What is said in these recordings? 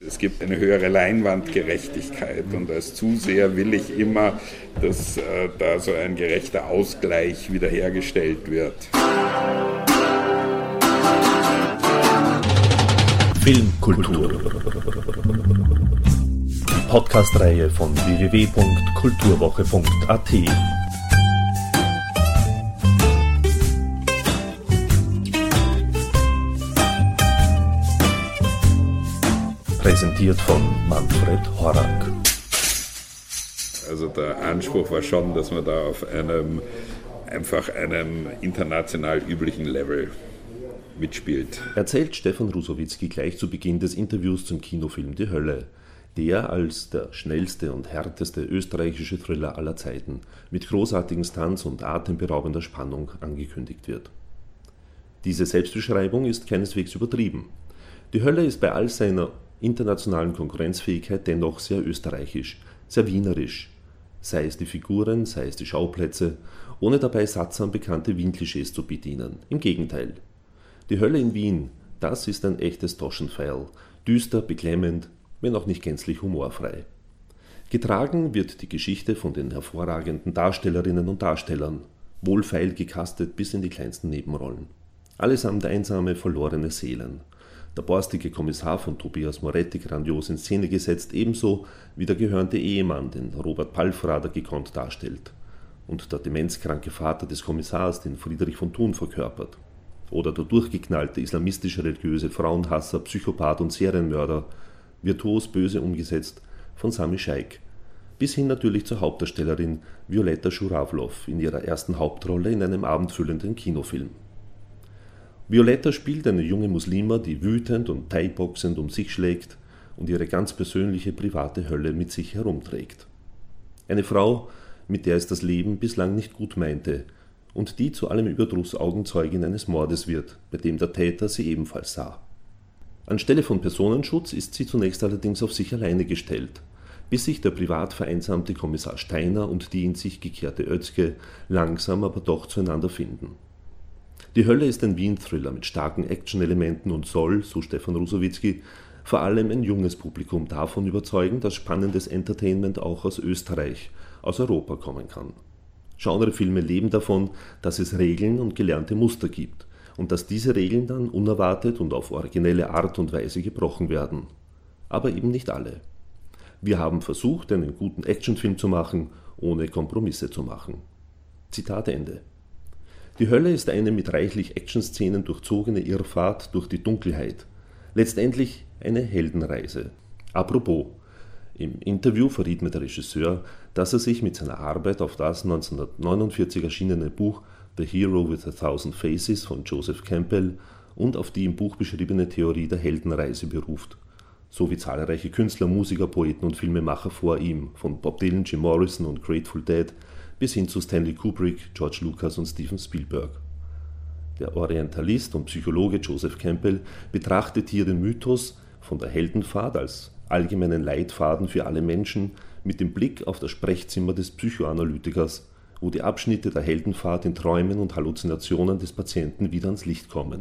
Es gibt eine höhere Leinwandgerechtigkeit und als Zuseher will ich immer, dass da so ein gerechter Ausgleich wiederhergestellt wird. Filmkultur. Die Podcast-Reihe von www.kulturwoche.at. Präsentiert von Manfred Horak. Also der Anspruch war schon, dass man da auf einem international üblichen Level mitspielt. Erzählt Stefan Rusowitzki gleich zu Beginn des Interviews zum Kinofilm Die Hölle, der als der schnellste und härteste österreichische Thriller aller Zeiten mit großartigen Stunts und atemberaubender Spannung angekündigt wird. Diese Selbstbeschreibung ist keineswegs übertrieben. Die Hölle ist bei all seiner internationalen Konkurrenzfähigkeit dennoch sehr österreichisch, sehr wienerisch, sei es die Figuren, sei es die Schauplätze, ohne dabei sattsam bekannte Wien-Klischees zu bedienen. Im Gegenteil. Die Hölle in Wien, das ist ein echtes Taschenpfeil, düster, beklemmend, wenn auch nicht gänzlich humorfrei. Getragen wird die Geschichte von den hervorragenden Darstellerinnen und Darstellern, wohlfeil gecastet bis in die kleinsten Nebenrollen. Allesamt einsame, verlorene Seelen. Der borstige Kommissar von Tobias Moretti grandios in Szene gesetzt, ebenso wie der gehörnte Ehemann, den Robert Palfrader gekonnt darstellt, und der demenzkranke Vater des Kommissars, den Friedrich von Thun verkörpert. Oder der durchgeknallte islamistische religiöse Frauenhasser, Psychopath und Serienmörder, virtuos böse umgesetzt von Sami Shaikh, bis hin natürlich zur Hauptdarstellerin Violetta Schuravlov in ihrer ersten Hauptrolle in einem abendfüllenden Kinofilm. Violetta spielt eine junge Muslima, die wütend und thai-boxend um sich schlägt und ihre ganz persönliche private Hölle mit sich herumträgt. Eine Frau, mit der es das Leben bislang nicht gut meinte und die zu allem Überdruss Augenzeugin eines Mordes wird, bei dem der Täter sie ebenfalls sah. Anstelle von Personenschutz ist sie zunächst allerdings auf sich alleine gestellt, bis sich der privat vereinsamte Kommissar Steiner und die in sich gekehrte Özge langsam aber doch zueinander finden. Die Hölle ist ein Wien-Thriller mit starken Action-Elementen und soll, so Stefan Rusowitzki, vor allem ein junges Publikum davon überzeugen, dass spannendes Entertainment auch aus Österreich, aus Europa kommen kann. Genrefilme leben davon, dass es Regeln und gelernte Muster gibt und dass diese Regeln dann unerwartet und auf originelle Art und Weise gebrochen werden. Aber eben nicht alle. Wir haben versucht, einen guten Actionfilm zu machen, ohne Kompromisse zu machen. Zitat Ende. Die Hölle ist eine mit reichlich Actionszenen durchzogene Irrfahrt durch die Dunkelheit. Letztendlich eine Heldenreise. Apropos, im Interview verriet mir der Regisseur, dass er sich mit seiner Arbeit auf das 1949 erschienene Buch The Hero with 1000 Faces von Joseph Campbell und auf die im Buch beschriebene Theorie der Heldenreise beruft, sowie zahlreiche Künstler, Musiker, Poeten und Filmemacher vor ihm, von Bob Dylan, Jim Morrison und Grateful Dead bis hin zu Stanley Kubrick, George Lucas und Steven Spielberg. Der Orientalist und Psychologe Joseph Campbell betrachtet hier den Mythos von der Heldenfahrt als allgemeinen Leitfaden für alle Menschen mit dem Blick auf das Sprechzimmer des Psychoanalytikers, wo die Abschnitte der Heldenfahrt in Träumen und Halluzinationen des Patienten wieder ans Licht kommen.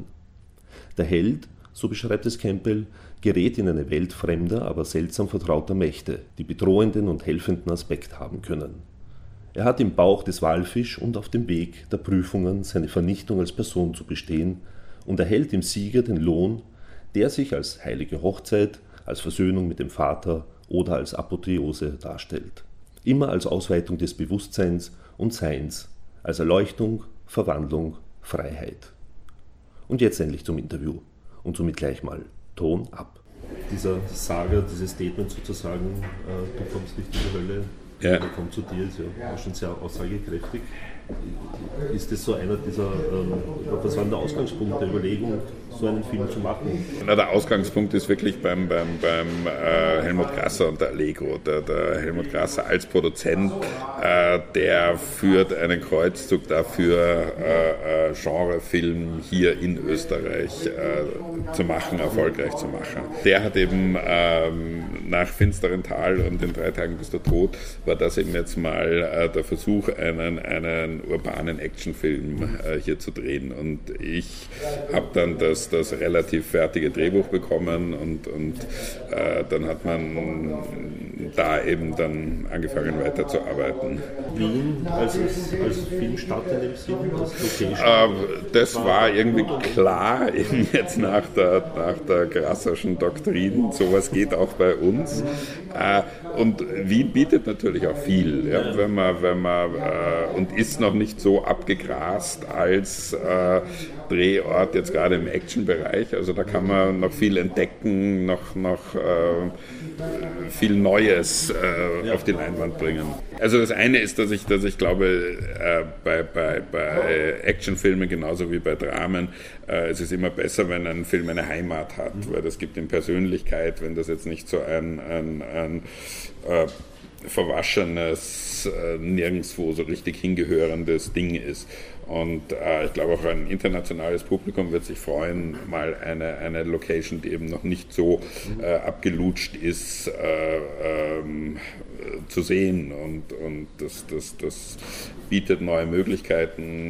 Der Held, so beschreibt es Campbell, gerät in eine Welt fremder, aber seltsam vertrauter Mächte, die bedrohenden und helfenden Aspekt haben können. Er hat im Bauch des Walfisch und auf dem Weg der Prüfungen seine Vernichtung als Person zu bestehen und erhält im Sieger den Lohn, der sich als heilige Hochzeit, als Versöhnung mit dem Vater oder als Apotheose darstellt. Immer als Ausweitung des Bewusstseins und Seins, als Erleuchtung, Verwandlung, Freiheit. Und jetzt endlich zum Interview und somit gleich mal Ton ab. Dieser Saga, dieses Statement sozusagen, du kommst nicht in die Hölle, ja. Der kommt zu dir, ist ja schon sehr aussagekräftig. Ist das so einer dieser, was war denn der Ausgangspunkt der Überlegung, so einen Film zu machen? Na, der Ausgangspunkt ist wirklich beim Helmut Grasser und der Allegro. Der Helmut Grasser als Produzent, der führt einen Kreuzzug dafür, Genrefilm hier in Österreich zu machen, erfolgreich zu machen. Der hat eben nach Finsteren Tal und den 3 Tagen bis der Tod, war das eben jetzt mal der Versuch, einen einen urbanen Actionfilm hier zu drehen. Und ich habe dann das relativ fertige Drehbuch bekommen und dann hat man da eben dann angefangen weiterzuarbeiten. Wien als Filmstadt in dem Sinn, als Location? Das war irgendwie klar, eben jetzt nach der Grasserschen Doktrin, sowas geht auch bei uns. Und Wien bietet natürlich auch viel, ja, wenn man und ist noch nicht so abgegrast als Drehort jetzt gerade im Action-Bereich. Also da kann man noch viel entdecken, noch viel Neues auf die Leinwand bringen. Also das eine ist, dass ich glaube, bei Actionfilmen genauso wie bei Dramen, es ist immer besser, wenn ein Film eine Heimat hat, weil das gibt ihm Persönlichkeit, wenn das jetzt nicht so ein verwaschenes, nirgendwo so richtig hingehörendes Ding ist. Und ich glaube auch ein internationales Publikum wird sich freuen, mal eine Location, die eben noch nicht so abgelutscht ist, zu sehen. Und das bietet neue Möglichkeiten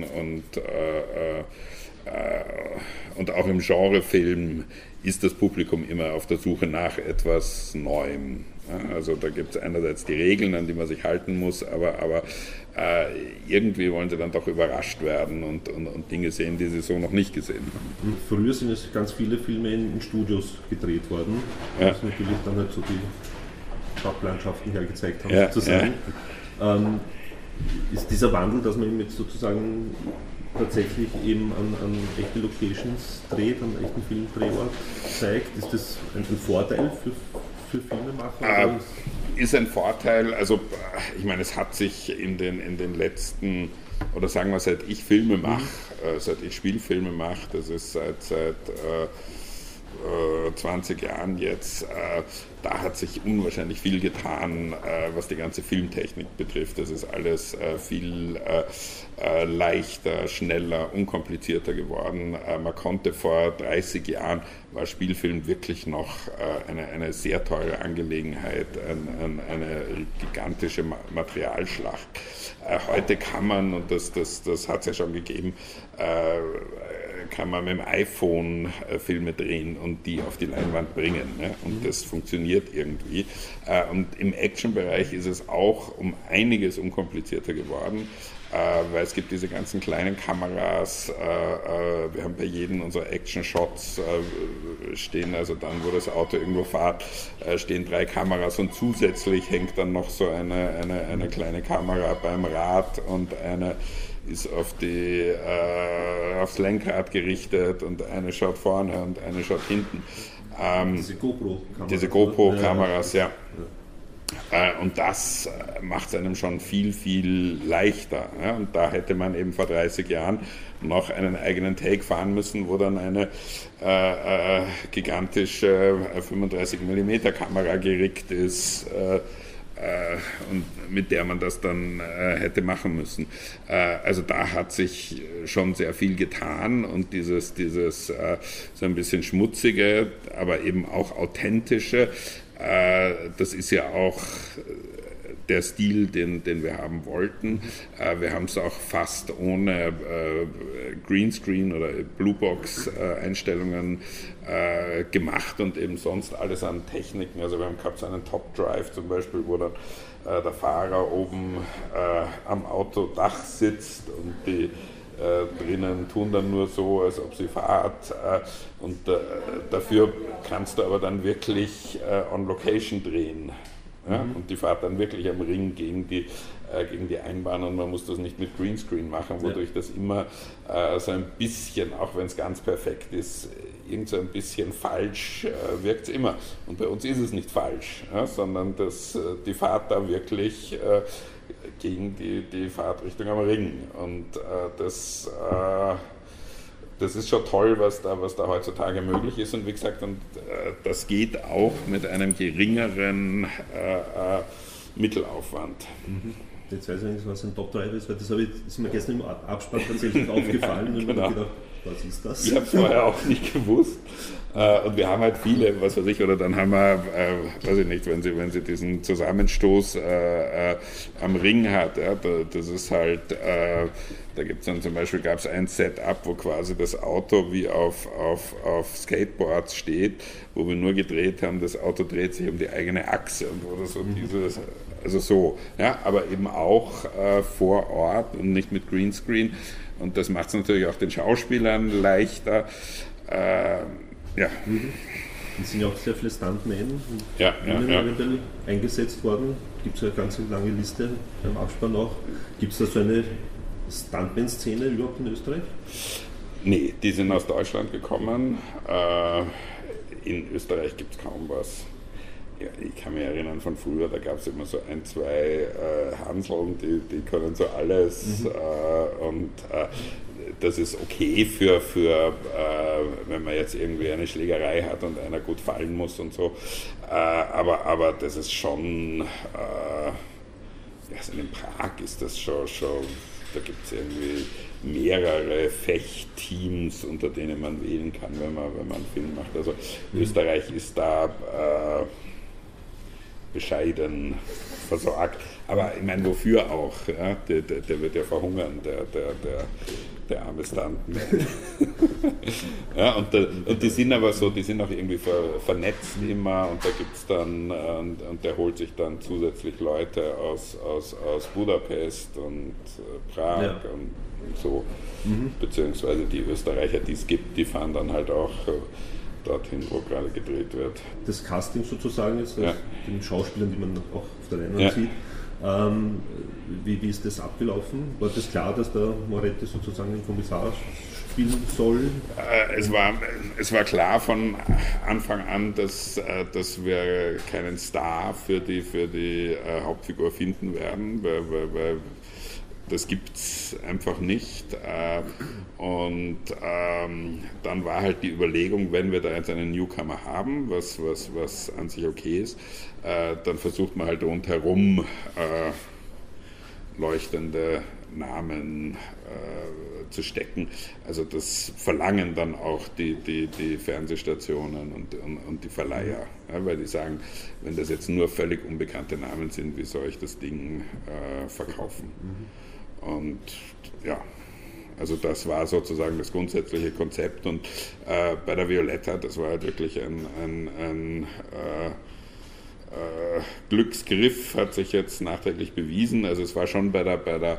und auch im Genrefilm ist das Publikum immer auf der Suche nach etwas Neuem. Also da gibt es einerseits die Regeln, an die man sich halten muss, aber irgendwie wollen sie dann doch überrascht werden und Dinge sehen, die sie so noch nicht gesehen haben. Früher sind es ganz viele Filme in Studios gedreht worden, ja. Was natürlich dann halt so die Stadtlandschaften hergezeigt haben, ja, sozusagen. Ja. Ist dieser Wandel, dass man jetzt sozusagen tatsächlich eben an echte Locations dreht, an echten Filmdrehort zeigt, ist das ein Vorteil für Filmemacher? Ist ein Vorteil, also ich meine, es hat sich in den letzten, oder sagen wir, seit ich Filme mache, seit ich Spielfilme mache, das ist seit 20 Jahren jetzt, da hat sich unwahrscheinlich viel getan, was die ganze Filmtechnik betrifft. Das ist alles viel leichter, schneller, unkomplizierter geworden. Man konnte vor 30 Jahren, war Spielfilm wirklich noch eine sehr teure Angelegenheit, eine gigantische Materialschlacht. Heute kann man, und das hat es ja schon gegeben, kann man mit dem iPhone Filme drehen und die auf die Leinwand bringen. Ne? Und das funktioniert irgendwie. Und im Action-Bereich ist es auch um einiges unkomplizierter geworden, weil es gibt diese ganzen kleinen Kameras. Wir haben bei jedem unserer Action-Shots stehen, also dann, wo das Auto irgendwo fährt, stehen 3 Kameras und zusätzlich hängt dann noch so eine kleine Kamera beim Rad und eine ist aufs Lenkrad gerichtet und eine schaut vorne und eine schaut hinten. Diese GoPro-Kameras, ja. Und das macht es einem schon viel, viel leichter. Ja? Und da hätte man eben vor 30 Jahren noch einen eigenen Take fahren müssen, wo dann eine gigantische 35mm Kamera gerickt ist, und mit der man das dann hätte machen müssen. Also da hat sich schon sehr viel getan und dieses so ein bisschen schmutzige, aber eben auch authentische, das ist ja auch der Stil, den wir haben wollten. Wir haben es auch fast ohne Greenscreen oder Bluebox-Einstellungen gemacht und eben sonst alles an Techniken. Also wir haben gehabt so einen Top Drive zum Beispiel, wo dann der Fahrer oben am Autodach sitzt und die drinnen tun dann nur so, als ob sie fahrt, und dafür kannst du aber dann wirklich on Location drehen. Ja? Und die fahrt dann wirklich am Ring gegen die Einbahn und man muss das nicht mit Greenscreen machen, wodurch das immer so ein bisschen, auch wenn es ganz perfekt ist, irgend so ein bisschen falsch wirkt es immer. Und bei uns ist es nicht falsch, ja? Sondern die Fahrt da wirklich gegen die Fahrtrichtung am Ring. Und das ist schon toll, was da heutzutage möglich ist. Und wie gesagt, das geht auch mit einem geringeren Mittelaufwand. Jetzt weiß ich nicht, was ein Top Drive ist, weil das ist mir gestern im Abspann tatsächlich aufgefallen. Genau. Was ist das? Ich habe es vorher auch nicht gewusst. Und wir haben halt viele, was weiß ich, oder dann haben wir, weiß ich nicht, wenn sie diesen Zusammenstoß am Ring hat, ja, das ist halt, da gibt es dann zum Beispiel, gab es ein Setup, wo quasi das Auto wie auf Skateboards steht, wo wir nur gedreht haben, das Auto dreht sich um die eigene Achse und wo das so dieses, also so, ja, aber eben auch vor Ort und nicht mit Greenscreen. Und das macht es natürlich auch den Schauspielern leichter. Ja. Es sind ja auch sehr viele Stuntmen eventuell eingesetzt worden. Gibt es eine ganz lange Liste beim Abspann auch. Gibt es da so eine Stuntman-Szene überhaupt in Österreich? Nee, die sind aus Deutschland gekommen. In Österreich gibt es kaum was. Ja, ich kann mich erinnern von früher, da gab es immer so ein, zwei Hanseln, die können so alles. Und das ist okay für wenn man jetzt irgendwie eine Schlägerei hat und einer gut fallen muss und so. Aber das ist schon, also in Prag ist das schon da gibt es irgendwie mehrere Fechtteams, unter denen man wählen kann, wenn man einen Film macht. Also Österreich ist da bescheiden versorgt. Aber ich meine, wofür auch? Ja? Der wird ja verhungern, der arme Stuntman. Ja, und die sind aber so, die sind auch irgendwie vernetzt immer und da gibt es dann, und der holt sich dann zusätzlich Leute aus Budapest und Prag und so. Beziehungsweise die Österreicher, die es gibt, die fahren dann halt auch dorthin, wo gerade gedreht wird. Das Casting sozusagen jetzt, den Schauspielern, die man auch auf der Leinwand sieht, wie ist das abgelaufen? War das klar, dass der Moretti sozusagen den Kommissar spielen soll? Es war klar von Anfang an, dass wir keinen Star für die Hauptfigur finden werden, weil das gibt es einfach nicht. Und dann war halt die Überlegung, wenn wir da jetzt einen Newcomer haben, was an sich okay ist, dann versucht man halt rundherum leuchtende Namen zu stecken. Also das verlangen dann auch die Fernsehstationen und die Verleiher, weil die sagen, wenn das jetzt nur völlig unbekannte Namen sind, wie soll ich das Ding verkaufen? Und ja, also das war sozusagen das grundsätzliche Konzept und bei der Violetta, das war halt wirklich ein Glücksgriff, hat sich jetzt nachträglich bewiesen. Also es war schon war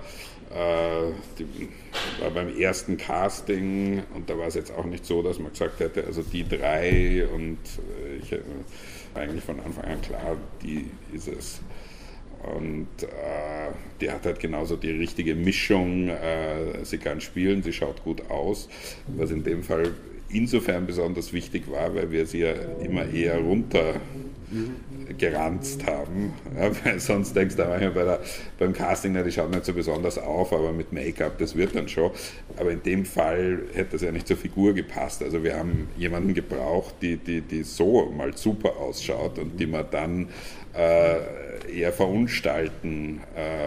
beim ersten Casting und da war es jetzt auch nicht so, dass man gesagt hätte, also die drei und ich war eigentlich von Anfang an klar, die ist es. Und die hat halt genauso die richtige Mischung, sie kann spielen, sie schaut gut aus, was in dem Fall insofern besonders wichtig war, weil wir sie ja immer eher runtergeranzt haben, ja, weil sonst denkst du manchmal beim Casting, die schaut nicht so besonders auf, aber mit Make-up, das wird dann schon, aber in dem Fall hätte das ja nicht zur Figur gepasst, also wir haben jemanden gebraucht, die so mal super ausschaut und die man dann eher verunstalten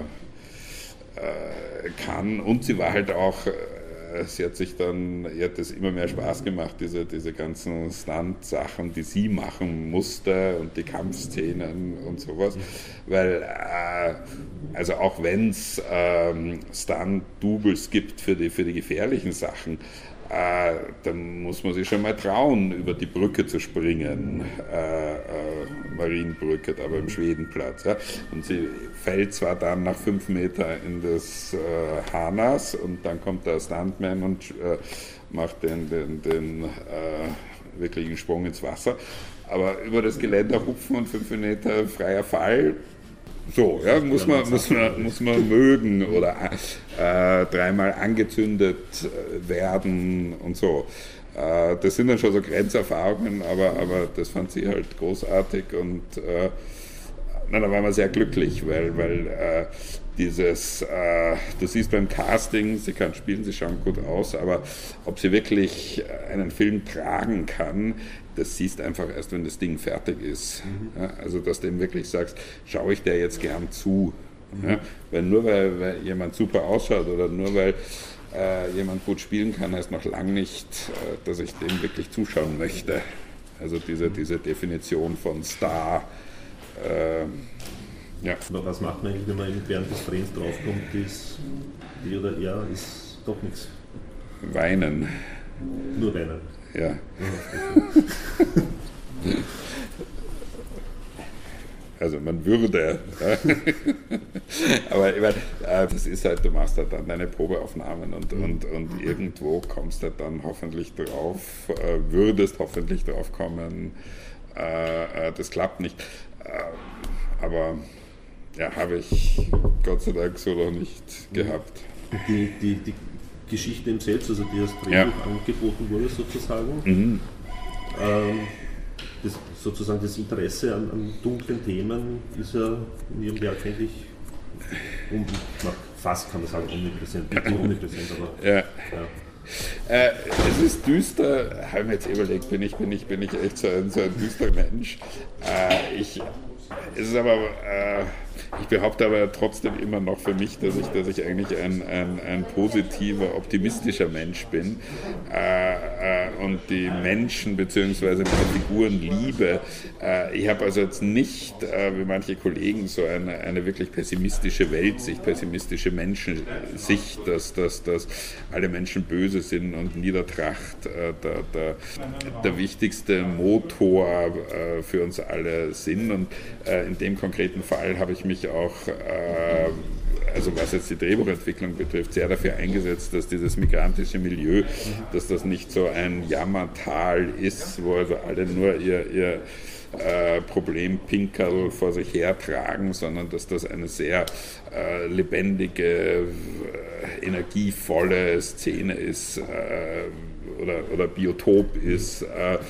kann und sie war halt auch, ihr hat es immer mehr Spaß gemacht, diese ganzen Stunt-Sachen, die sie machen musste und die Kampfszenen und sowas, weil also auch wenn es Stunt-Doubles gibt für die gefährlichen Sachen, dann muss man sich schon mal trauen, über die Brücke zu springen, Marienbrücke, da beim Schwedenplatz. Ja. Und sie fällt zwar dann nach 5 Meter in das Harnas und dann kommt der Stuntman und macht den wirklichen Sprung ins Wasser, aber über das Geländer hupfen und 5 Meter freier Fall, so, ja, muss man mögen oder 3-mal angezündet werden und so. Das sind dann schon so Grenzerfahrungen, aber das fand sie halt großartig und da waren wir sehr glücklich, weil du siehst beim Casting, sie kann spielen, sie schauen gut aus, aber ob sie wirklich einen Film tragen kann, das siehst einfach erst, wenn das Ding fertig ist. Ja, also, dass du ihm wirklich sagst, schaue ich der jetzt gern zu. Ja, weil nur weil jemand super ausschaut oder nur weil jemand gut spielen kann, heißt noch lange nicht, dass ich dem wirklich zuschauen möchte. Also diese Definition von Star. Ja. Aber was macht man eigentlich, wenn man während des Drehens draufkommt, die oder er ist doch nichts? Weinen. Nur weinen? Ja. Also man würde. Aber ich meine, das ist halt, du machst halt dann deine Probeaufnahmen und irgendwo kommst du dann hoffentlich drauf, würdest hoffentlich drauf kommen, das klappt nicht. Aber ja, habe ich Gott sei Dank so noch nicht gehabt. Die Geschichte im Selbst, also die als Drehbuch angeboten wurde sozusagen, das Interesse an dunklen Themen ist ja in Ihrem Werk eigentlich fast, kann man sagen, omnipräsent, nicht omnipräsent, aber ja. Es ist düster, habe mir jetzt überlegt, bin ich echt so ein düsterer Mensch. Ich behaupte aber trotzdem immer noch für mich, dass ich eigentlich ein positiver, optimistischer Mensch bin und die Menschen bzw. meine Figuren liebe. Ich habe also jetzt nicht, wie manche Kollegen, so eine wirklich pessimistische Weltsicht, pessimistische Menschensicht, dass alle Menschen böse sind und Niedertracht der wichtigste Motor für uns alle sind. Und in dem konkreten Fall habe ich mich auch, also was jetzt die Drehbuchentwicklung betrifft, sehr dafür eingesetzt, dass dieses migrantische Milieu, dass das nicht so ein Jammertal ist, wo also alle nur ihr Problempinkerl vor sich hertragen, sondern dass das eine sehr lebendige, energievolle Szene ist oder Biotop ist.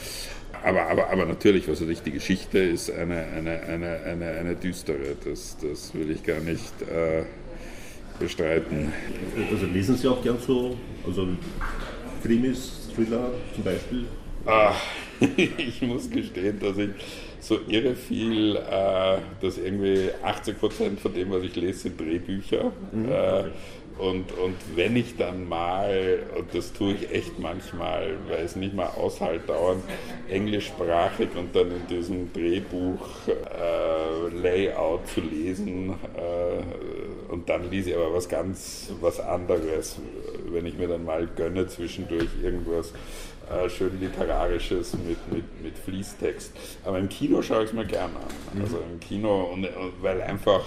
Aber natürlich, was natürlich die Geschichte ist, eine düstere, das will ich gar nicht bestreiten. Also lesen Sie auch gern so, also Krimis, Thriller zum Beispiel? Ich muss gestehen, dass ich so irre viel, dass irgendwie 80% von dem, was ich lese, sind Drehbücher. Und wenn ich dann mal, und das tue ich echt manchmal, weil es nicht mal aushält, dauernd englischsprachig und dann in diesem Drehbuch Layout zu lesen, und dann lese ich aber was anderes, wenn ich mir dann mal gönne zwischendurch irgendwas schön Literarisches mit Fließtext. Aber im Kino schaue ich es mir gerne an. Also im Kino, und weil einfach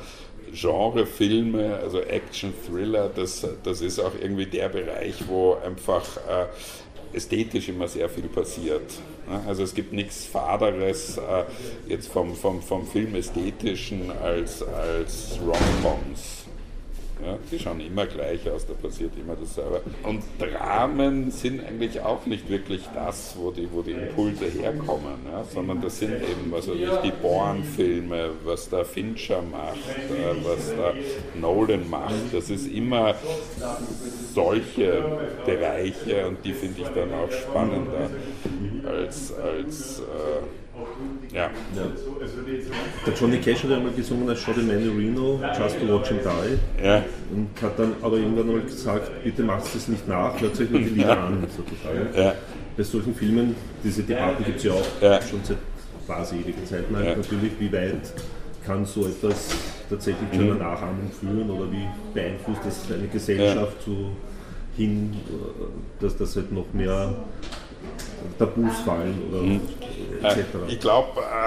Genrefilme, also Action, Thriller, das ist auch irgendwie der Bereich, wo einfach ästhetisch immer sehr viel passiert. Also es gibt nichts Faderes jetzt vom Film Ästhetischen als Rom-Coms. Ja, die schauen immer gleich aus, da passiert immer dasselbe. Und Dramen sind eigentlich auch nicht wirklich das, wo die Impulse herkommen, ja, sondern das sind eben die Bourne-Filme, was da Fincher macht, was da Nolan macht. Das ist immer solche Bereiche, und die finde ich dann auch spannender als ja. Der Johnny Cash hat ja einmal gesungen als Shot in Reno, Just to Watch Him Die. Ja. Und hat dann aber irgendwann mal gesagt, bitte macht es nicht nach, hört euch nur die Lieder an, sozusagen. Ja. Bei solchen Filmen, diese Debatten gibt es ja auch schon seit quasi ewigen Zeiten. Natürlich, wie weit kann so etwas tatsächlich zu einer Nachahmung führen, oder wie beeinflusst das eine Gesellschaft hin, dass das halt noch mehr Tabus fallen oder etc. Ich glaube,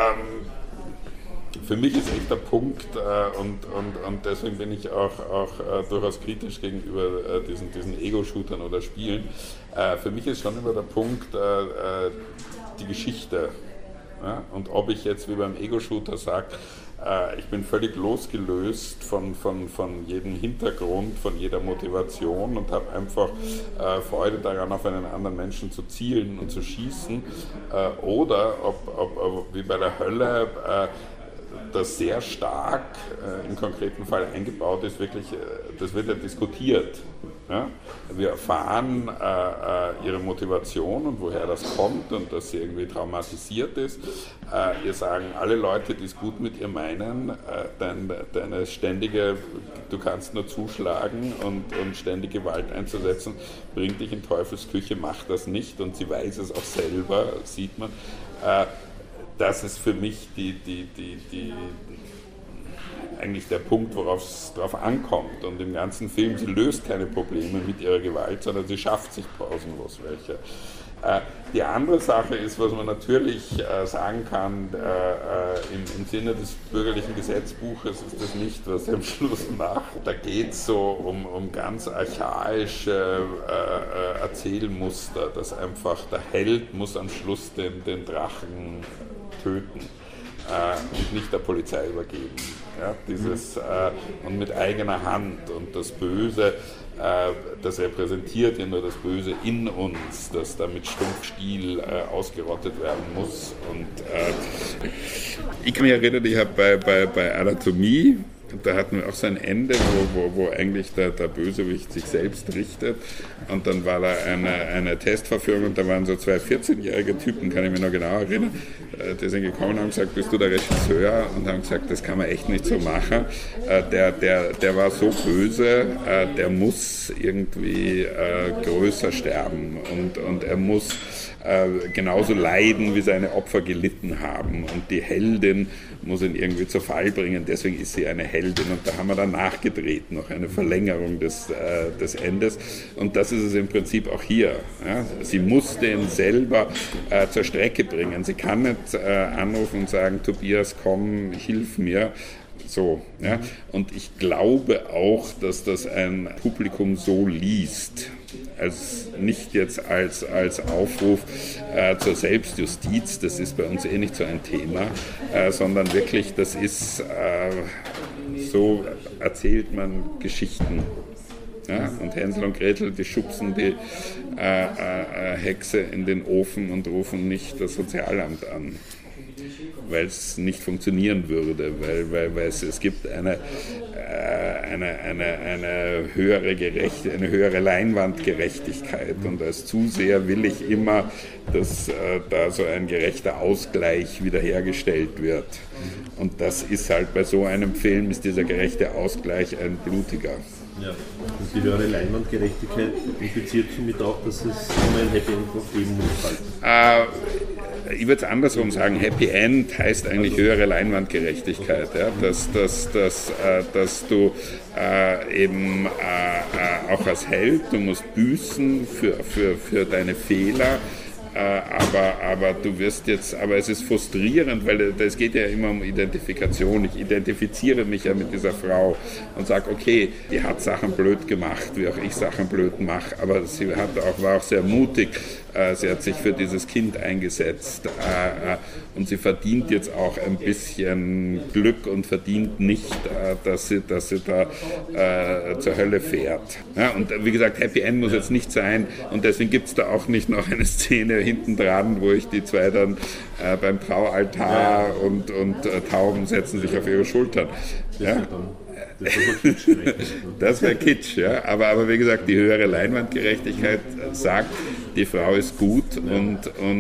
für mich ist echt der Punkt, und deswegen bin ich auch durchaus kritisch gegenüber diesen Ego-Shootern oder Spielen. Für mich ist schon immer der Punkt die Geschichte. Ja? Und ob ich jetzt wie beim Ego-Shooter sage, ich bin völlig losgelöst von jedem Hintergrund, von jeder Motivation und habe einfach Freude daran, auf einen anderen Menschen zu zielen und zu schießen. Oder ob wie bei der Hölle das sehr stark im konkreten Fall eingebaut ist, wirklich, das wird ja diskutiert. Ja? Wir erfahren ihre Motivation und woher das kommt und dass sie irgendwie traumatisiert ist. Ihr sagen alle Leute, die es gut mit ihr meinen, deine ständige, du kannst nur zuschlagen und ständig Gewalt einzusetzen, bringt dich in Teufels Küche, mach das nicht, und sie weiß es auch selber, sieht man. Das ist für mich eigentlich der Punkt, worauf es drauf ankommt. Und im ganzen Film, sie löst keine Probleme mit ihrer Gewalt, sondern sie schafft sich pausenlos welche. Die andere Sache ist, was man natürlich sagen kann, im Sinne des bürgerlichen Gesetzbuches ist das nicht, was er am Schluss macht. Da geht es so um ganz archaische Erzählmuster, dass einfach der Held muss am Schluss den Drachen töten und nicht der Polizei übergeben. Ja, und mit eigener Hand, und das Böse, das repräsentiert ja nur das Böse in uns, das da mit Stumpfstiel ausgerottet werden muss. Und ich kann mich erinnern, ich habe bei Anatomie, da hatten wir auch so ein Ende, wo eigentlich der Bösewicht sich selbst richtet, und dann war da eine Testverführung und da waren so 2 14-jährige Typen, kann ich mich noch genau erinnern, die sind gekommen und haben gesagt, bist du der Regisseur? Und haben gesagt, das kann man echt nicht so machen. Der war so böse, der muss irgendwie größer sterben und er muss genauso leiden, wie seine Opfer gelitten haben, und die Heldin muss ihn irgendwie zu Fall bringen, deswegen ist sie eine Heldin, und da haben wir dann nachgedreht, noch eine Verlängerung des Endes, und das ist es im Prinzip auch hier. Ja? Sie muss den selber zur Strecke bringen, sie kann nicht anrufen und sagen, Tobias, komm, hilf mir. So, ja? Und ich glaube auch, dass das ein Publikum so liest, nicht jetzt als Aufruf zur Selbstjustiz, das ist bei uns eh nicht so ein Thema, sondern wirklich, das ist, so erzählt man Geschichten. Ja? Und Hänsel und Gretel, die schubsen die Hexe in den Ofen und rufen nicht das Sozialamt an, weil es nicht funktionieren würde, weil es gibt eine höhere Leinwandgerechtigkeit, und als Zuseher will ich immer, dass da so ein gerechter Ausgleich wiederhergestellt wird. Und das ist halt bei so einem Film, ist dieser gerechte Ausgleich ein blutiger. Ja. Und die höhere Leinwandgerechtigkeit impliziert somit auch, dass es immer ein Happy End noch geben muss. Ich würde es andersrum sagen, Happy End heißt eigentlich höhere Leinwandgerechtigkeit, ja? Dass du eben auch als Held, du musst büßen für deine Fehler, aber du wirst jetzt, aber es ist frustrierend, weil es geht ja immer um Identifikation. Ich identifiziere mich ja mit dieser Frau und sage, okay, die hat Sachen blöd gemacht, wie auch ich Sachen blöd mache, aber sie war auch sehr mutig. Sie hat sich für dieses Kind eingesetzt und sie verdient jetzt auch ein bisschen Glück und verdient nicht, dass sie da zur Hölle fährt. Ja, und wie gesagt, Happy End muss jetzt nicht sein, und deswegen gibt es da auch nicht noch eine Szene hinten dran, wo ich die zwei dann beim Traualtar und Tauben setzen sich auf ihre Schultern. Ja? Das wäre Kitsch, ja. Aber wie gesagt, die höhere Leinwandgerechtigkeit sagt, die Frau ist gut und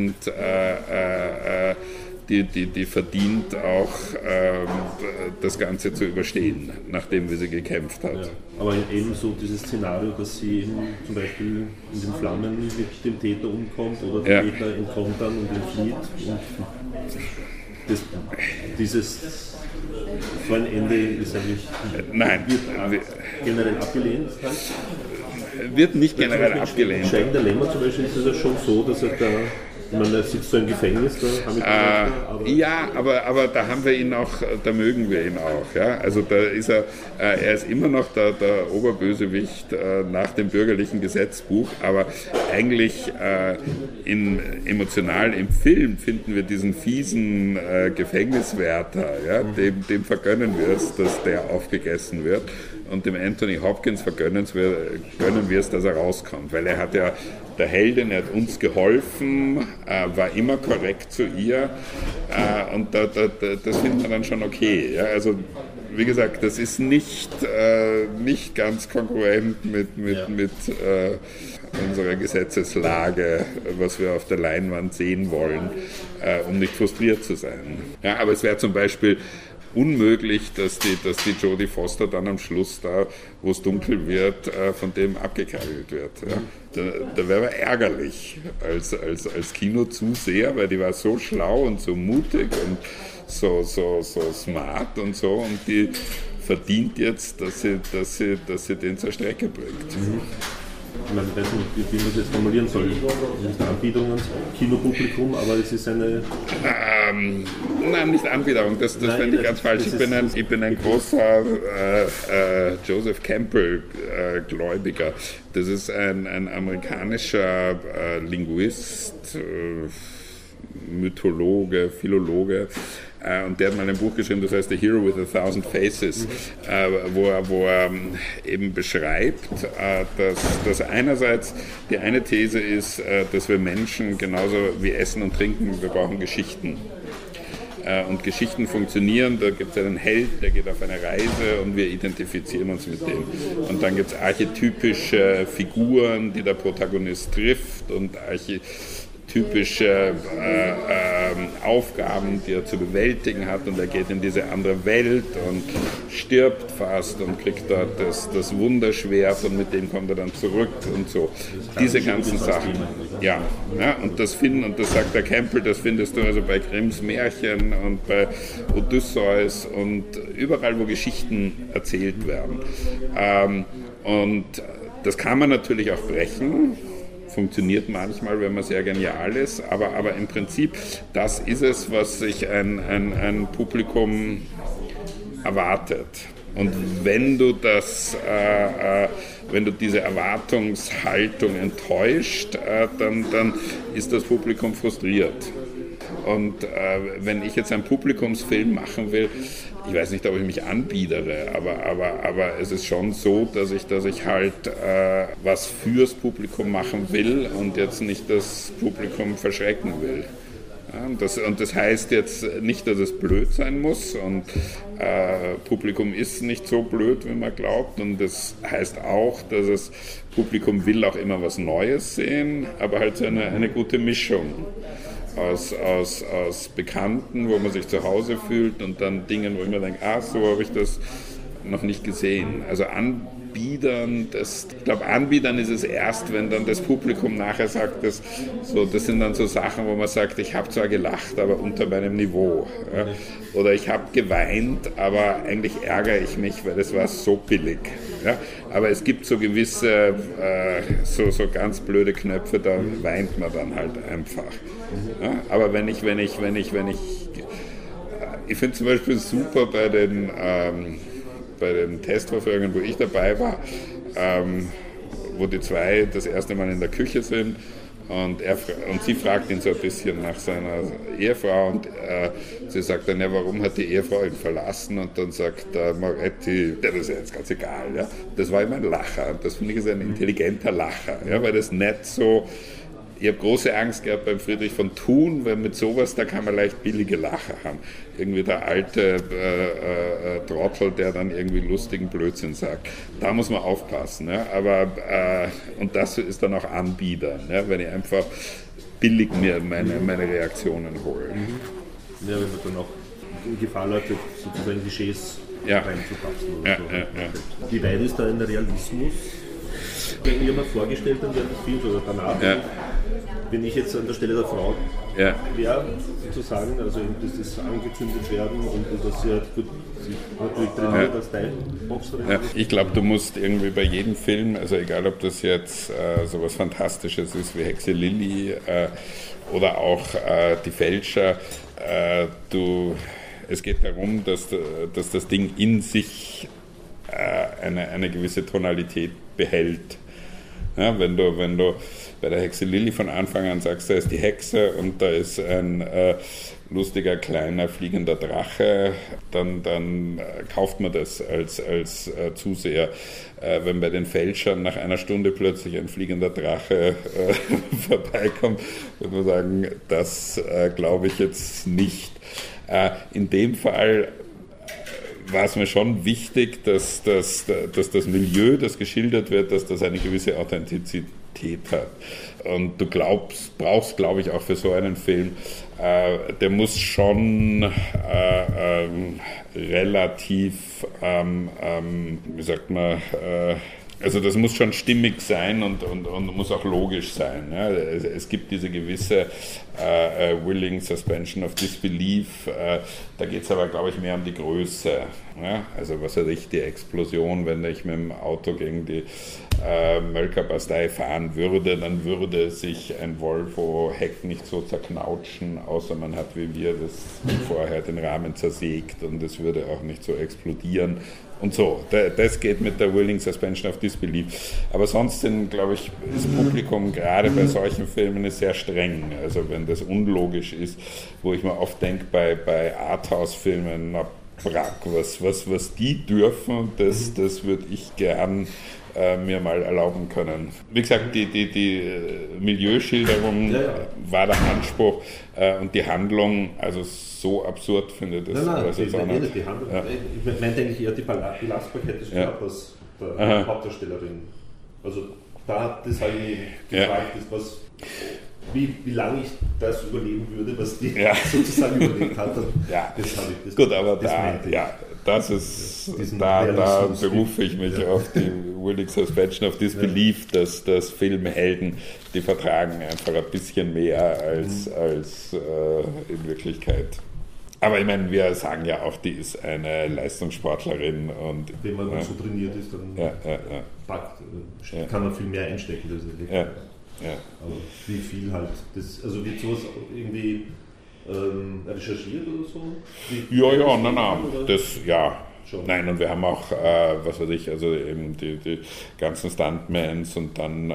die verdient auch das Ganze zu überstehen, nachdem sie gekämpft hat. Ja, aber ebenso dieses Szenario, dass sie zum Beispiel in den Flammen mit dem Täter umkommt oder der Täter entkommt dann und entflieht. Und dieses so ein Ende ist eigentlich generell abgelehnt. Wird nicht generell abgelehnt. Schweigen der Lämmer zum Beispiel ist es ja schon so, dass er da, ich meine, er sitzt so im Gefängnis, da haben wir ja, aber da haben wir ihn auch, da mögen wir ihn auch. Ja? Also da ist er ist immer noch der Oberbösewicht nach dem bürgerlichen Gesetzbuch, aber eigentlich emotional im Film finden wir diesen fiesen Gefängniswärter, ja? Dem vergönnen wir es, dass der aufgegessen wird. Und dem Anthony Hopkins gönnen wir es, dass er rauskommt, weil er hat ja der Heldin, er hat uns geholfen, war immer korrekt zu ihr und das findet man dann schon okay. Ja? Also wie gesagt, das ist nicht ganz kongruent mit unserer Gesetzeslage, was wir auf der Leinwand sehen wollen, um nicht frustriert zu sein. Ja, aber es wäre zum Beispiel unmöglich, dass die Jodie Foster dann am Schluss da, wo es dunkel wird, von dem abgekabelt wird. Ja. Da wäre ärgerlich als Kinozuseher, weil die war so schlau und so mutig und so smart und so, und die verdient jetzt, dass sie den zur Strecke bringt. Ich meine, ich weiß nicht, wie man das jetzt formulieren soll. Nicht Anbiederung ans Kinopublikum, aber es ist eine... Nein, nicht Anbiederung, das fände ich ganz falsch. Ich bin ein großer Joseph Campbell-Gläubiger. Das ist ein amerikanischer Linguist, Mythologe, Philologe, und der hat mal ein Buch geschrieben, das heißt The Hero with a Thousand Faces, wo er eben beschreibt, dass einerseits die eine These ist, dass wir Menschen genauso wie Essen und Trinken, wir brauchen Geschichten. Und Geschichten funktionieren, da gibt es einen Held, der geht auf eine Reise und wir identifizieren uns mit dem. Und dann gibt es archetypische Figuren, die der Protagonist trifft, und typische Aufgaben, die er zu bewältigen hat, und er geht in diese andere Welt und stirbt fast und kriegt dort das Wunderschwert, und mit dem kommt er dann zurück und so. Diese ganzen Sachen. Ja, und das sagt der Campbell, das findest du also bei Grimms Märchen und bei Odysseus und überall, wo Geschichten erzählt werden. Und das kann man natürlich auch brechen. Funktioniert manchmal, wenn man sehr genial ist, aber im Prinzip, das ist es, was sich ein Publikum erwartet. Und wenn du diese Erwartungshaltung enttäuscht, dann ist das Publikum frustriert. Und wenn ich jetzt einen Publikumsfilm machen will, ich weiß nicht, ob ich mich anbiedere, aber es ist schon so, dass ich halt was fürs Publikum machen will und jetzt nicht das Publikum verschrecken will. Ja, und das heißt jetzt nicht, dass es blöd sein muss, und Publikum ist nicht so blöd, wie man glaubt, und das heißt auch, dass das Publikum will auch immer was Neues sehen, aber halt so eine gute Mischung. Aus Bekannten, wo man sich zu Hause fühlt, und dann Dingen, wo ich mir denke, so habe ich das noch nicht gesehen. Also Anbiedern, ich glaube, Anbiedern ist es erst, wenn dann das Publikum nachher sagt, das sind dann so Sachen, wo man sagt, ich habe zwar gelacht, aber unter meinem Niveau. Ja? Oder ich habe geweint, aber eigentlich ärgere ich mich, weil das war so billig. Ja? Aber es gibt so gewisse, so ganz blöde Knöpfe, da weint man dann halt einfach. Ja? Aber wenn ich finde zum Beispiel super bei den Testvorführungen, wo ich dabei war, wo die zwei das erste Mal in der Küche sind, und sie fragt ihn so ein bisschen nach seiner Ehefrau, und sie sagt dann, ja, warum hat die Ehefrau ihn verlassen? Und dann sagt Moretti, das ist ja jetzt ganz egal, ja? Das war immer ein Lacher, das finde ich ist ein intelligenter Lacher, ja? Weil das nicht so... Ich habe große Angst gehabt beim Friedrich von Thun, weil mit sowas, da kann man leicht billige Lacher haben. Irgendwie der alte Trottel, der dann irgendwie lustigen Blödsinn sagt. Da muss man aufpassen. Ja? Aber, und das ist dann auch Anbiedern, ja? Wenn ich einfach billig mir meine Reaktionen hole. Ja, wenn man dann auch in Gefahr läuft, sozusagen Klischees reinzukapseln. Oder so. Wie weit ist da ein Realismus? Wenn ich mir vorgestellt habe, während des Films oder danach, wenn ich jetzt an der Stelle der Frau wäre, sozusagen, also dass das angezündet werden und dass sie halt gut natürlich trainiert als Teilboxerin. Ja. Ich glaube, du musst irgendwie bei jedem Film, also egal ob das jetzt so was Fantastisches ist wie Hexe Lilly oder auch Die Fälscher, es geht darum, dass das Ding in sich eine gewisse Tonalität behält. Ja, wenn du bei der Hexe Lilly von Anfang an sagst, da ist die Hexe und da ist ein lustiger, kleiner, fliegender Drache, dann kauft man das als Zuseher. Wenn bei den Fälschern nach einer Stunde plötzlich ein fliegender Drache vorbeikommt, würde man sagen, das glaube ich jetzt nicht. In dem Fall war es mir schon wichtig, dass das Milieu, das geschildert wird, dass das eine gewisse Authentizität hat. Und du brauchst, glaube ich, auch für so einen Film, der muss schon relativ, wie sagt man, also das muss schon stimmig sein und muss auch logisch sein. Ja. Es gibt diese gewisse willing suspension of disbelief, da geht es aber, glaube ich, mehr um die Größe. Ja. Also was weiß ich, die Explosion, wenn ich mit dem Auto gegen die Mölkerbastei fahren würde, dann würde sich ein Volvo-Heck nicht so zerknautschen, außer man hat wie wir das vorher den Rahmen zersägt und es würde auch nicht so explodieren. Und so, das geht mit der willing suspension of disbelief. Aber sonst glaube ich, das Publikum gerade bei solchen Filmen ist sehr streng. Also wenn das unlogisch ist, wo ich mir oft denke, bei Arthouse-Filmen, na Brack, was die dürfen, das würde ich gern mir mal erlauben können. Wie gesagt, die Milieuschilderung war der Anspruch und die Handlung, also so absurd finde ich das. Nein, die Handlung, ich meine eigentlich eher die Belastbarkeit des Körpers der Hauptdarstellerin. Also das habe ich gefragt, wie lange ich das überleben würde, was die sozusagen überlebt hat. Das habe ich. Gut, aber da berufe ich mich auf die willing suspension of disbelief, dass Filmhelden, die vertragen einfach ein bisschen mehr als in Wirklichkeit. Aber ich meine, wir sagen ja auch, die ist eine Leistungssportlerin. Und wenn man so trainiert ist, dann kann man viel mehr einstecken. Aber wie viel halt, wird sowas irgendwie recherchiert oder so? Nein, und wir haben auch, eben die ganzen Stuntmans und dann,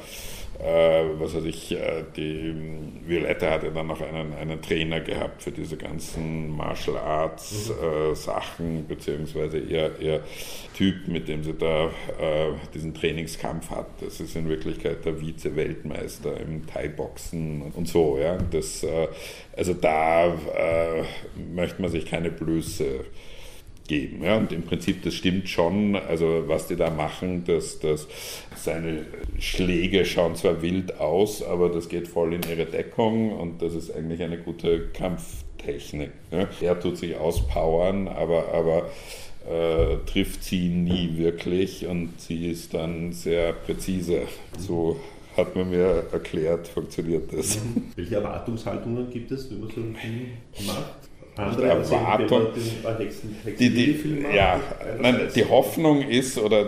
die Violetta hatte dann noch einen Trainer gehabt für diese ganzen Martial Arts Sachen, beziehungsweise ihr Typ, mit dem sie da diesen Trainingskampf hat. Das ist in Wirklichkeit der Vize-Weltmeister im Thai-Boxen und so. Ja. Da möchte man sich keine Blöße geben. Ja, und im Prinzip, das stimmt schon, also was die da machen, seine Schläge schauen zwar wild aus, aber das geht voll in ihre Deckung und das ist eigentlich eine gute Kampftechnik. Ja. Er tut sich auspowern, aber trifft sie nie wirklich und sie ist dann sehr präzise. So hat man mir erklärt, funktioniert das. Welche Erwartungshaltungen gibt es, wenn man so einen Film macht? Erwartung, die Hoffnung ist oder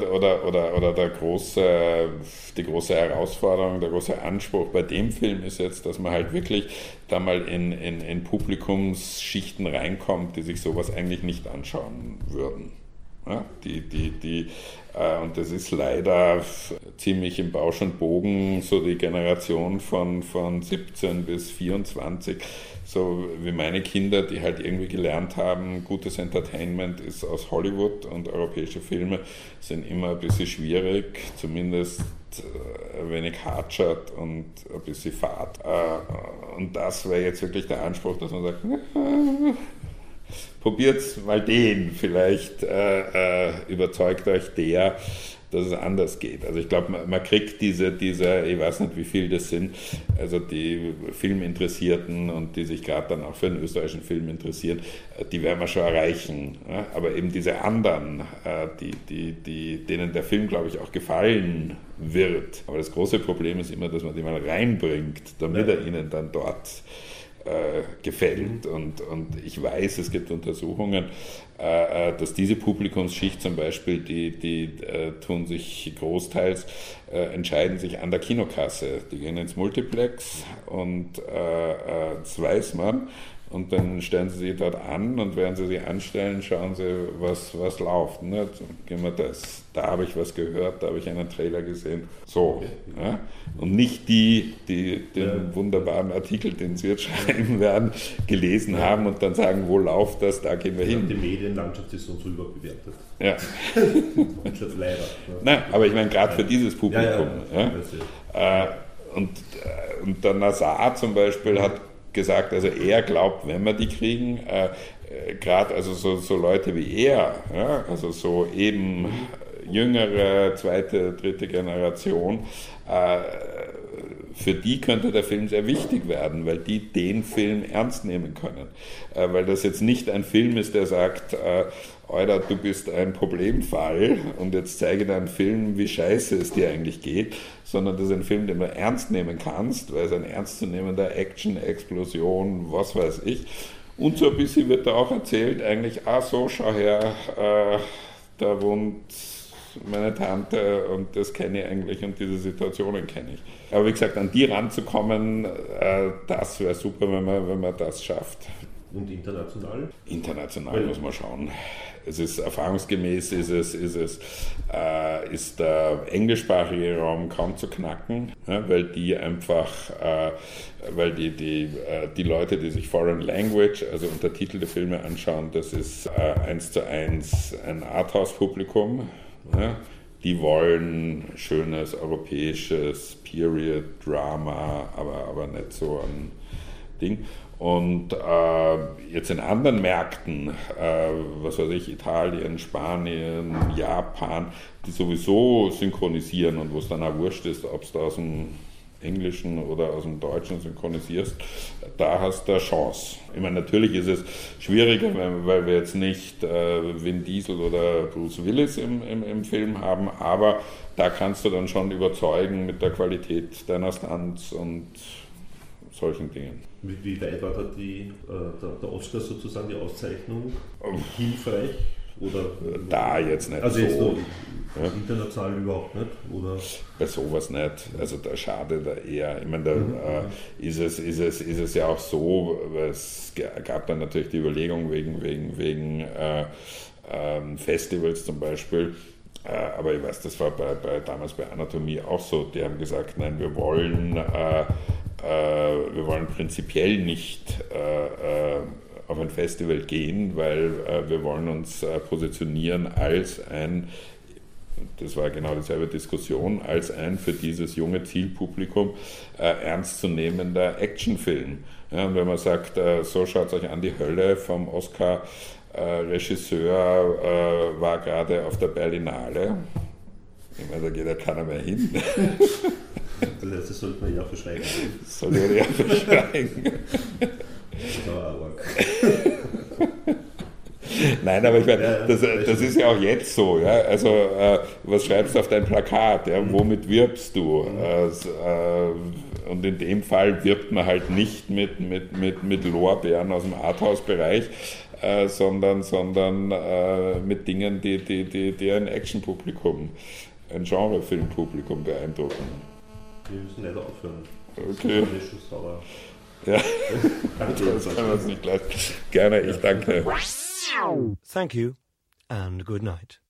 die große Herausforderung, der große Anspruch bei dem Film ist jetzt, dass man halt wirklich da mal in Publikumsschichten reinkommt, die sich sowas eigentlich nicht anschauen würden. Ja, und das ist leider ziemlich im Bausch und Bogen so die Generation von 17 bis 24, so wie meine Kinder, die halt irgendwie gelernt haben, gutes Entertainment ist aus Hollywood und europäische Filme sind immer ein bisschen schwierig, zumindest ein wenig Hardshot und ein bisschen Fahrt. Und das wäre jetzt wirklich der Anspruch, dass man sagt, probiert mal den, vielleicht überzeugt euch dass es anders geht. Also ich glaube, man kriegt diese, ich weiß nicht, wie viel das sind, also die Filminteressierten und die sich gerade dann auch für den österreichischen Film interessieren, die werden wir schon erreichen. Ja? Aber eben diese anderen, denen der Film, glaube ich, auch gefallen wird. Aber das große Problem ist immer, dass man die mal reinbringt, damit er ihnen dann dort gefällt. Und ich weiß, es gibt Untersuchungen, dass diese Publikumsschicht zum Beispiel, die tun sich großteils, entscheiden sich an der Kinokasse. Die gehen ins Multiplex und das weiß man. und dann stellen sie sich dort an und während sie sich anstellen, schauen sie, was läuft. Ne? Gehen wir das. Da habe ich was gehört, da habe ich einen Trailer gesehen. So. Ja? Und nicht den wunderbaren Artikel, den sie jetzt schreiben werden, gelesen haben und dann sagen, wo läuft das, da gehen wir hin. Die Medienlandschaft ist so und so überbewertet. Ja. Leider. Nein, aber ich meine, gerade für dieses Publikum. Und der Nazar zum Beispiel hat gesagt, also er glaubt, wenn wir die kriegen, gerade also so Leute wie er, ja, also so eben jüngere, zweite, dritte Generation, für die könnte der Film sehr wichtig werden, weil die den Film ernst nehmen können. Weil das jetzt nicht ein Film ist, der sagt, Alter, du bist ein Problemfall und jetzt zeige dir einen Film, wie scheiße es dir eigentlich geht, sondern das ist ein Film, den du ernst nehmen kannst, weil es ein ernstzunehmender Action, Explosion, was weiß ich. Und so ein bisschen wird da auch erzählt, eigentlich, so, schau her, da wohnt meine Tante und das kenne ich eigentlich und diese Situationen kenne ich. Aber wie gesagt, an die ranzukommen, das wäre super, wenn man das schafft. Und international? International muss man schauen. Es ist erfahrungsgemäß ist der englischsprachige Raum kaum zu knacken, ja, weil die einfach, weil die Leute, die sich Foreign Language, also untertitelte Filme anschauen, das ist 1:1 ein Arthouse-Publikum. Ja, die wollen schönes europäisches Period-Drama, aber nicht so ein Ding. Und jetzt in anderen Märkten, was weiß ich, Italien, Spanien, Japan, die sowieso synchronisieren und wo es dann auch wurscht ist, ob es da aus dem Englischen oder aus dem Deutschen synchronisierst, da hast du eine Chance. Ich meine, natürlich ist es schwieriger, weil wir jetzt nicht Vin Diesel oder Bruce Willis im Film haben, aber da kannst du dann schon überzeugen mit der Qualität deiner Stunts und solchen Dingen. Wie weit war da der Oscar sozusagen, die Auszeichnung, hilfreich? Oder da jetzt nicht also so. Jetzt so international überhaupt nicht? Oder? Bei sowas nicht. Also da schade da eher. Ich meine, da ist es ja auch so, es gab dann natürlich die Überlegung wegen Festivals zum Beispiel. Aber ich weiß, das war damals bei Anatomie auch so. Die haben gesagt, nein, wir wollen prinzipiell nicht auf ein Festival gehen, weil wir wollen uns positionieren als das war genau dieselbe Diskussion, als ein für dieses junge Zielpublikum ernstzunehmender Actionfilm. Ja, und wenn man sagt, so schaut euch an, die Hölle vom Oscar-Regisseur war gerade auf der Berlinale. Ich meine, da geht ja keiner mehr hin. Das sollte man ja verschweigen. Soll ich ja verschweigen. Nein, aber ich meine, das ist ja auch jetzt so. Ja? Also, was schreibst du auf dein Plakat? Ja? Womit wirbst du? Und in dem Fall wirbt man halt nicht mit Lorbeeren aus dem Arthouse-Bereich, sondern mit Dingen, die ein Action-Publikum, ein Genre-Film-Publikum beeindrucken. Wir müssen leider aufhören. Okay. Ja, das können wir uns nicht leisten. Gerne, ich danke. Thank you and good night.